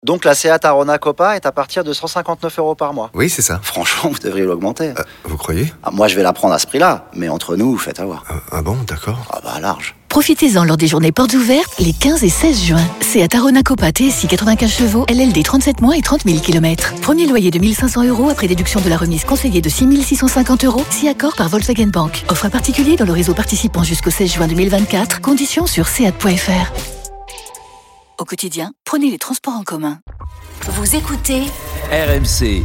Donc la Seat Arona Copa est à partir de 159 € par mois. Oui, c'est ça. Franchement, vous devriez l'augmenter. Vous croyez ? Moi, je vais la prendre à ce prix-là, mais entre nous, faites avoir. Ah bon, d'accord. Ah bah large. Profitez-en lors des journées portes ouvertes les 15 et 16 juin. Seat Arona Copa TSI 95 chevaux, LLD 37 mois et 30 000 km. Premier loyer de 1 500 € après déduction de la remise conseillée de 6 650 €, si accord par Volkswagen Bank. Offre à particulier dans le réseau participant jusqu'au 16 juin 2024. Conditions sur seat.fr. Au quotidien, prenez les transports en commun. Vous écoutez RMC.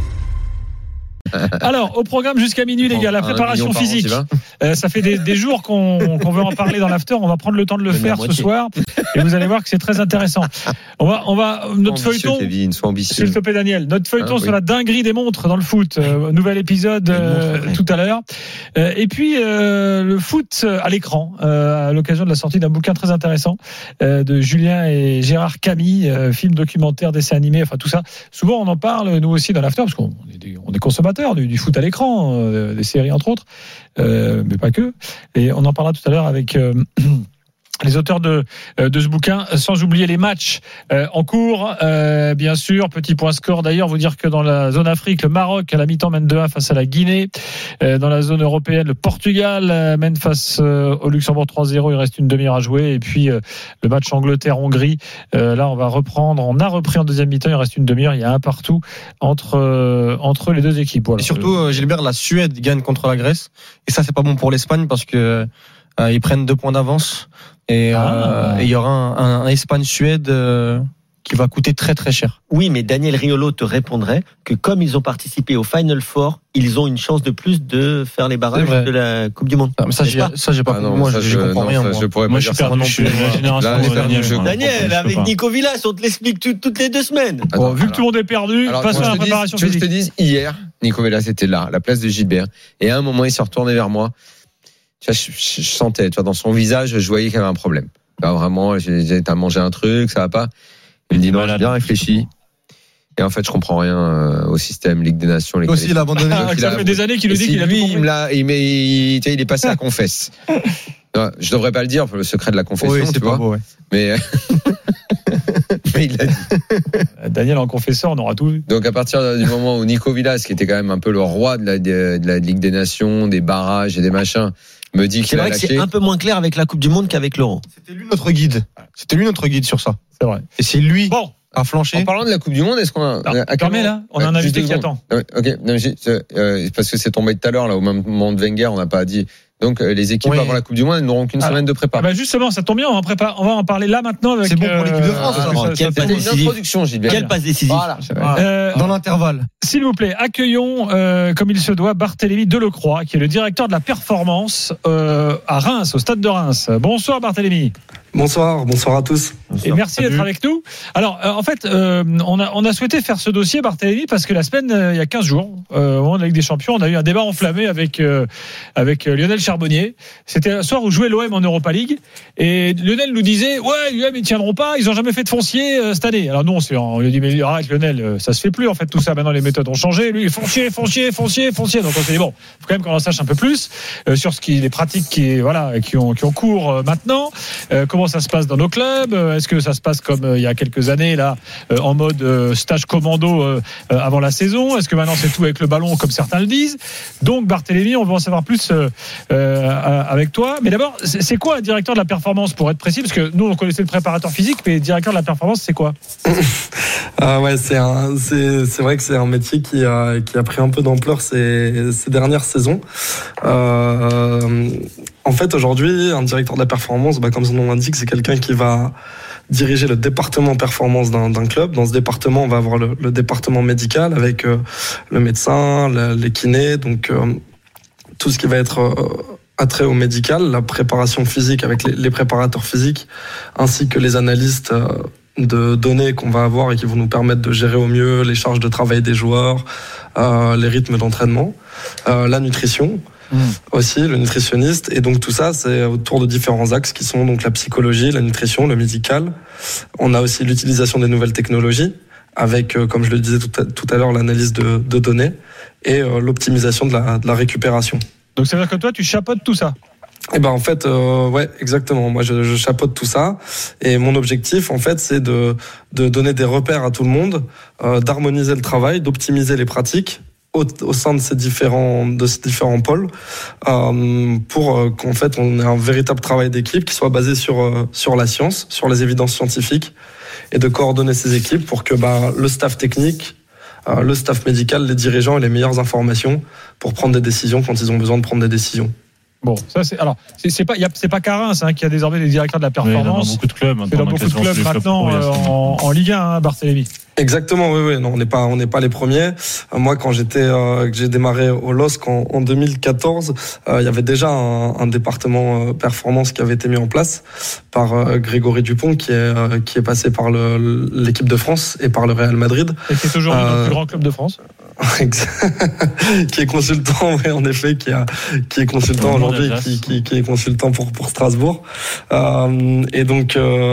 Alors, au programme jusqu'à minuit, les gars, la préparation physique. Ça fait des jours qu'on veut en parler dans l'after. On va prendre le temps de le faire ce soir. Et vous allez voir que c'est très intéressant. On va notre feuilleton. Kevin, sois ambitieux. S'il te plaît, Daniel. Notre feuilleton sur la dinguerie des montres dans le foot. Nouvel épisode tout à l'heure. Et puis, le foot à l'écran, à l'occasion de la sortie d'un bouquin très intéressant de Julien et Gérard Camille, film documentaire, dessin animé, enfin tout ça. Souvent, on en parle, nous aussi, dans l'after, parce qu'on est consommateurs du foot à l'écran, des séries entre autres, mais pas que. Et on en parlera tout à l'heure avec les auteurs de ce bouquin, sans oublier les matchs en cours, bien sûr. Petit point score d'ailleurs, vous dire que dans la zone Afrique, le Maroc à la mi-temps mène 2-1 face à la Guinée. Dans la zone européenne, le Portugal mène face au Luxembourg 3-0. Il reste une demi-heure à jouer. Et puis le match Angleterre-Hongrie, là on a repris en deuxième mi-temps. Il reste une demi-heure. Il y a un partout entre les deux équipes. Voilà. Et surtout, Gilbert, la Suède gagne contre la Grèce. Et ça, c'est pas bon pour l'Espagne parce que ils prennent 2 points d'avance. Et il y aura un Espagne-Suède qui va coûter très très cher. Oui, mais Daniel Riolo te répondrait que comme ils ont participé au Final Four, ils ont une chance de plus de faire les barrages de la Coupe du Monde. Ah, mais ça, j'ai pas compris. Moi, je comprends rien. Je pourrais pas dire ça non plus. Daniel, avec Nico Villas, on te l'explique toutes les 2 semaines. Vu que tout le monde est perdu, passons à la préparation physique. Je te dis, hier, Nico Villas était là, à la place de Gilbert. Et à un moment, il s'est retourné vers moi. Tu vois, je sentais, tu vois, dans son visage, je voyais qu'il y avait un problème. Là, vraiment, t'as mangé un truc, ça va pas. Il me dit, non, j'ai bien réfléchi. Et en fait, je comprends rien au système, Ligue des Nations. Aussi, il a abandonné. Ça fait des années qu'il le dit qu'il a lui, il est passé à confesse. Je devrais pas le dire, pour le secret de la confession, oui, tu vois. Beau, ouais. Mais il l'a dit. Daniel, en confesseur, on aura tout vu. Donc, à partir du moment où Nico Villas, qui était quand même un peu le roi de la Ligue des Nations, des barrages et des machins, me dit qu'il a lâché. C'est vrai que c'est un peu moins clair avec la Coupe du Monde qu'avec l'Euro. C'était lui notre guide sur ça. C'est vrai. Et c'est lui bon. à flancher. En parlant de la Coupe du Monde, est-ce qu'on a... Permets là, on a un invité qui attend. Ok, non, parce que c'est tombé tout à l'heure, là, au moment de Wenger, on n'a pas dit... Donc les équipes avant la Coupe du Monde, elles n'auront qu'une semaine de prépa. Justement, ça tombe bien, on va en parler là maintenant. Avec, c'est bon pour l'équipe de France. Quelle passe décisive. Quelle passe décisive. Dans l'intervalle. S'il vous plaît, accueillons comme il se doit Barthélémy Delecroix, qui est le directeur de la performance à Reims, au stade de Reims. Bonsoir Barthélémy. Bonsoir à tous. Et merci d'être avec nous. Alors, en fait, on a souhaité faire ce dossier, Barthélémy, parce que la semaine, il y a 15 jours, au moment de la Ligue des Champions, on a eu un débat enflammé avec Lionel Charbonnier. C'était un soir où jouait l'OM en Europa League. Et Lionel nous disait, ouais, l'OM, ils tiendront pas, ils n'ont jamais fait de foncier cette année. Alors nous, on lui a dit, mais arrête Lionel, ça se fait plus, en fait, tout ça. Maintenant, les méthodes ont changé. Lui, foncier. Donc on s'est dit, bon, faut quand même qu'on en sache un peu plus sur les pratiques qui ont cours maintenant. Comment ça se passe dans nos clubs? Est-ce que ça se passe comme il y a quelques années là, en mode stage commando avant la saison? Est-ce que maintenant c'est tout avec le ballon comme certains le disent? Donc Barthélémy, on veut en savoir plus avec toi. Mais d'abord, c'est quoi un directeur de la performance, pour être précis? Parce que nous on connaissait le préparateur physique, mais directeur de la performance, c'est quoi? Ouais, c'est vrai que c'est un métier qui a pris un peu d'ampleur ces dernières saisons. En fait, aujourd'hui, un directeur de la performance, comme son nom l'indique, c'est quelqu'un qui va diriger le département performance d'un club. Dans ce département, on va avoir le département médical avec le médecin, les kinés, donc tout ce qui va être attrait au médical, la préparation physique avec les préparateurs physiques, ainsi que les analystes de données qu'on va avoir et qui vont nous permettre de gérer au mieux les charges de travail des joueurs, les rythmes d'entraînement, la nutrition. Aussi, le nutritionniste, et donc tout ça c'est autour de différents axes qui sont donc la psychologie, la nutrition, le médical. On a aussi l'utilisation des nouvelles technologies avec, comme je le disais tout à l'heure, l'analyse de données et l'optimisation de la récupération. Donc ça veut dire que toi tu chapeautes tout ça? Et ben en fait, ouais, exactement. Moi, je chapeaute tout ça, et mon objectif, en fait, c'est de donner des repères à tout le monde, d'harmoniser le travail, d'optimiser les pratiques au sein de ces différents pôles, pour qu'en fait on ait un véritable travail d'équipe qui soit basé sur la science, sur les évidences scientifiques, et de coordonner ces équipes pour que le staff technique, le staff médical, les dirigeants aient les meilleures informations pour prendre des décisions quand ils ont besoin de prendre des décisions. Bon, ça c'est pas Carins qui a désormais des directeurs de la performance. Dans beaucoup de clubs. C'est dans beaucoup de clubs maintenant en Ligue 1, Barthélémy. Exactement, oui. Non, on n'est pas les premiers. Moi, quand j'ai démarré au LOSC en 2014, il y avait déjà un département performance qui avait été mis en place par Grégory Dupont, qui est passé par l'équipe de France et par le Real Madrid. Et qui est aujourd'hui le plus grand club de France. Qui est consultant, oui, en effet, qui est consultant aujourd'hui, qui est consultant pour Strasbourg. Et donc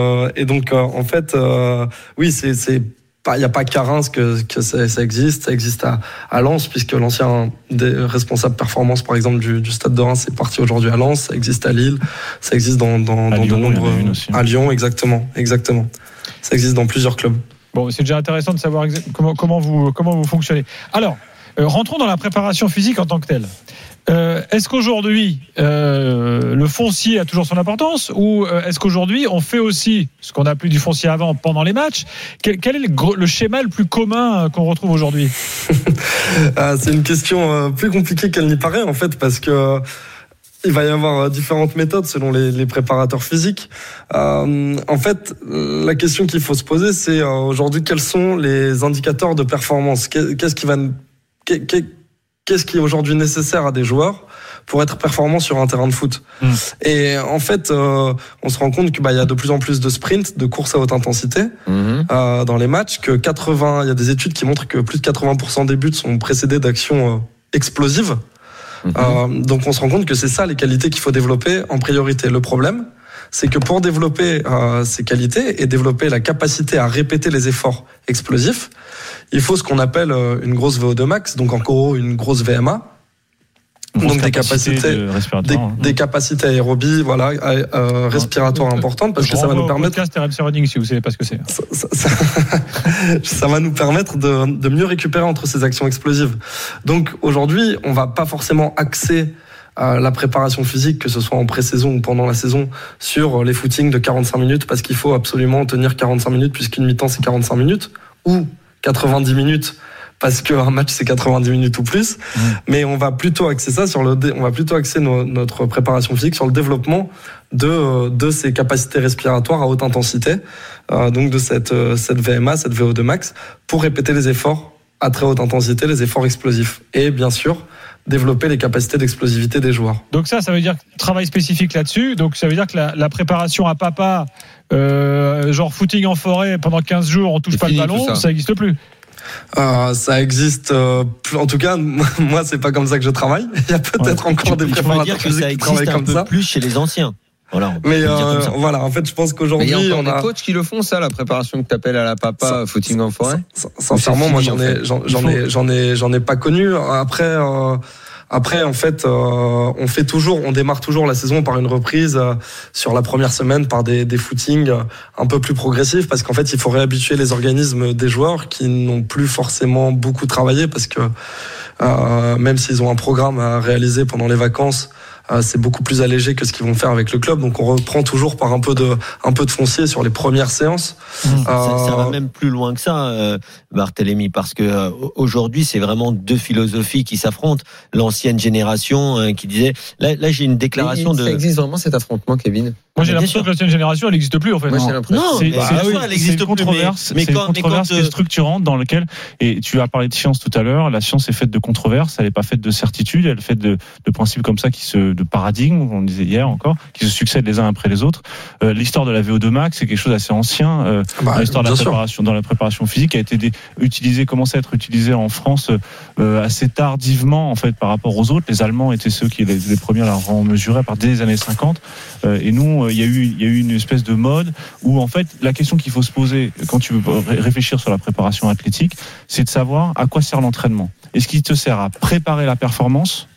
en fait, oui, il n'y a pas qu'à Reims que ça existe. Ça existe à Lens, puisque l'ancien responsable performance, par exemple, du Stade de Reims est parti aujourd'hui à Lens. Ça existe à Lille. Ça existe dans de nombreux... À Lyon, exactement. Ça existe dans plusieurs clubs. Bon, c'est déjà intéressant de savoir comment vous fonctionnez. Alors, rentrons dans la préparation physique en tant que telle. Est-ce qu'aujourd'hui, le foncier a toujours son importance, ou est-ce qu'aujourd'hui, on fait aussi ce qu'on appelait du foncier avant pendant les matchs ? Quel est le schéma le plus commun qu'on retrouve aujourd'hui ? C'est une question plus compliquée qu'elle n'y paraît, en fait, parce que il va y avoir différentes méthodes selon les préparateurs physiques. En fait, la question qu'il faut se poser, c'est aujourd'hui, quels sont les indicateurs de performance ? Qu'est-ce qui est aujourd'hui nécessaire à des joueurs pour être performants sur un terrain de foot ? Et en fait, on se rend compte qu'il y a de plus en plus de sprints, de courses à haute intensité dans les matchs, il y a des études qui montrent que plus de 80% des buts sont précédés d'actions explosives. Donc on se rend compte que c'est ça les qualités qu'il faut développer en priorité. Le problème, c'est que pour développer ces qualités et développer la capacité à répéter les efforts explosifs, il faut ce qu'on appelle une grosse VO2 max, donc en gros une grosse VMA. Donc des capacités aérobies, respiratoires importantes, parce que ça va nous permettre. Podcast RMC Running, si vous savez pas ce que c'est. Ça va nous permettre de mieux récupérer entre ces actions explosives. Donc aujourd'hui, on va pas forcément axer la préparation physique, que ce soit en pré-saison ou pendant la saison, sur les footings de 45 minutes, parce qu'il faut absolument tenir 45 minutes, puisqu'une mi-temps c'est 45 minutes, ou 90 minutes, parce qu'un match c'est 90 minutes ou plus. Mais on va plutôt axer ça notre préparation physique sur le développement de ces capacités respiratoires à haute intensité, donc de cette VMA, cette VO2 max, pour répéter les efforts à très haute intensité, les efforts explosifs, et bien sûr développer les capacités d'explosivité des joueurs. Donc ça veut dire travail spécifique là-dessus. Donc ça veut dire que la préparation à papa, genre footing en forêt pendant 15 jours, on touche pas le ballon, ça n'existe plus. Ça existe plus, en tout cas moi c'est pas comme ça que je travaille. Il y a peut-être encore des préparateurs physiques qui travaillent comme ça. Un peu plus chez les anciens. Voilà, mais en fait, je pense qu'aujourd'hui, il y a encore des coachs qui le font, ça, la préparation que t'appelles à la papa, footing en forêt. Sincèrement, moi, j'en ai pas connu. Après, en fait, on démarre toujours la saison par une reprise sur la première semaine par des footings un peu plus progressifs, parce qu'en fait, il faut réhabituer les organismes des joueurs qui n'ont plus forcément beaucoup travaillé, parce que même s'ils ont un programme à réaliser pendant les vacances, c'est beaucoup plus allégé que ce qu'ils vont faire avec le club. Donc on reprend toujours par un peu de foncier sur les premières séances. Ça va même plus loin que ça, Barthélémy, parce que aujourd'hui c'est vraiment deux philosophies qui s'affrontent. L'ancienne génération qui disait, là j'ai une déclaration Ça existe vraiment cet affrontement, Kevin? Moi j'ai l'impression que l'ancienne génération elle n'existe plus en fait. Moi j'ai l'impression. Non, elle existe plus. C'est une controverse qui est structurante dans laquelle, et tu as parlé de science tout à l'heure, la science est faite de controverses, elle n'est pas faite de certitudes, elle est faite de principes comme ça de paradigmes, on disait hier encore, qui se succèdent les uns après les autres. L'histoire de la VO2 max, c'est quelque chose d'assez ancien. L'histoire de la préparation, dans la préparation physique, a été commencé à être utilisée en France assez tardivement en fait par rapport aux autres. Les Allemands étaient ceux qui les premiers à la mesurer à partir des années 50. Et nous, il y a eu une espèce de mode où en fait la question qu'il faut se poser quand tu veux réfléchir sur la préparation athlétique, c'est de savoir à quoi sert l'entraînement. Est-ce qu'il te sert à préparer la performance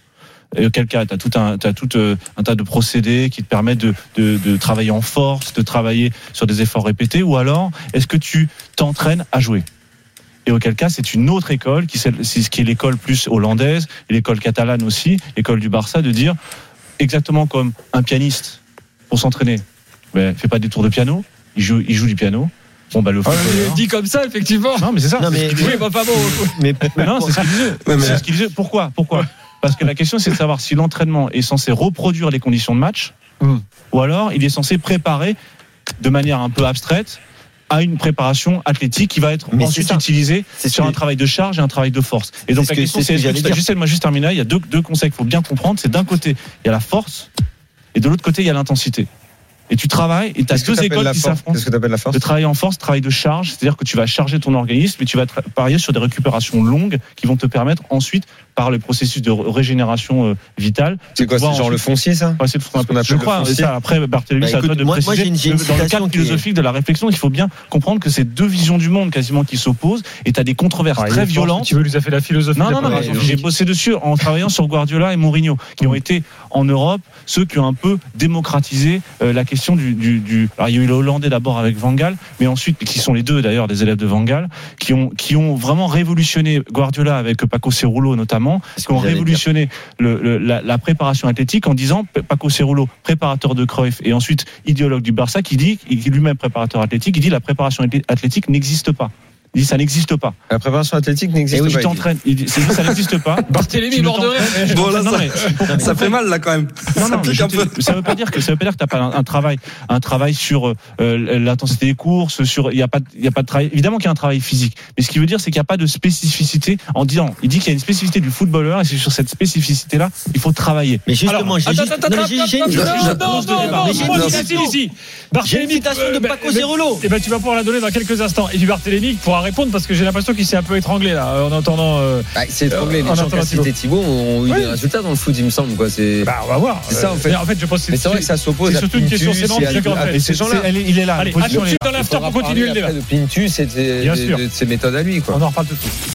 Et auquel cas, tu as tout un tas de procédés qui te permettent de travailler en force, de travailler sur des efforts répétés, ou alors est-ce que tu t'entraînes à jouer? Et auquel cas, c'est une autre école, c'est ce qui est l'école plus hollandaise, et l'école catalane aussi, l'école du Barça, de dire exactement comme un pianiste pour s'entraîner. Fait pas des tours de piano, il joue du piano. Bon, le footballeur. Dit comme ça, effectivement. Non, mais c'est ça. Non, mais pas bon. Mais non, c'est ce qu'il disait. C'est ce qu'il disait. Pourquoi? Parce que la question, c'est de savoir si l'entraînement est censé reproduire les conditions de match, ou alors il est censé préparer de manière un peu abstraite à une préparation athlétique qui va être ensuite utilisée sur un travail de charge et un travail de force. Et donc la question, c'est juste terminer. Il y a deux conseils qu'il faut bien comprendre. C'est d'un côté, il y a la force, et de l'autre côté, il y a l'intensité. Et tu travailles, et tu as deux écoles qui s'affrontent. Qu'est-ce que tu appelles la force? De travail en force, travail de charge, c'est-à-dire que tu vas charger ton organisme et tu vas parier sur des récupérations longues qui vont te permettre ensuite, par le processus de régénération vitale. C'est quoi, c'est genre le foncier, ça? Ouais, c'est ce qu'on appelle, je crois. Ça, après, Barthélémy, c'est à toi de préciser. Dans le cadre philosophique de la réflexion, il faut bien comprendre que c'est deux visions du monde quasiment qui s'opposent, et tu as des controverses très violentes. Tu veux nous a fait la philosophie? Non, j'ai bossé dessus en travaillant sur Guardiola et Mourinho, qui ont été en Europe ceux qui ont un peu démocratisé la question du. Alors, il y a eu le Hollandais d'abord avec Van Gaal, mais ensuite, qui sont les deux d'ailleurs des élèves de Van Gaal, qui ont vraiment révolutionné Guardiola avec Paco Cerullo notamment, qui ont révolutionné la préparation athlétique en disant Paco Cerullo, préparateur de Cruyff et ensuite idéologue du Barça, qui dit, lui-même préparateur athlétique, il dit la préparation athlétique n'existe pas. Il dit ça n'existe pas. La préparation athlétique n'existe pas. Tu t'entraînes. Il dit ça n'existe pas. Barthélémy mort de rêve. Bon, là, ça fait mal là quand même. Ça veut pas dire que t'as pas un travail sur l'intensité des courses, il y a pas de travail. Évidemment qu'il y a un travail physique, mais ce qui veut dire c'est qu'il n'y a pas de spécificité il dit qu'il y a une spécificité du footballeur et c'est sur cette spécificité là il faut travailler. Mais justement, j'ai une citation de Paco Cerullo. Et tu vas pouvoir la donner dans quelques instants. Et du Barthélémy pourra répondre parce que j'ai l'impression qu'il s'est un peu étranglé là en entendant. C'est étranglé. Les gens qui ont cité Thibaut ont eu des résultats dans le foot, il me semble. On va voir. C'est ça en fait. En fait, je pense que c'est vrai que ça s'oppose. C'est surtout une question sémantique. Et ces gens-là, il est là. Allez, à tout de suite dans l'after pour continuer le débat. De Pintus et de ses méthodes à lui. On en reparle tout de suite.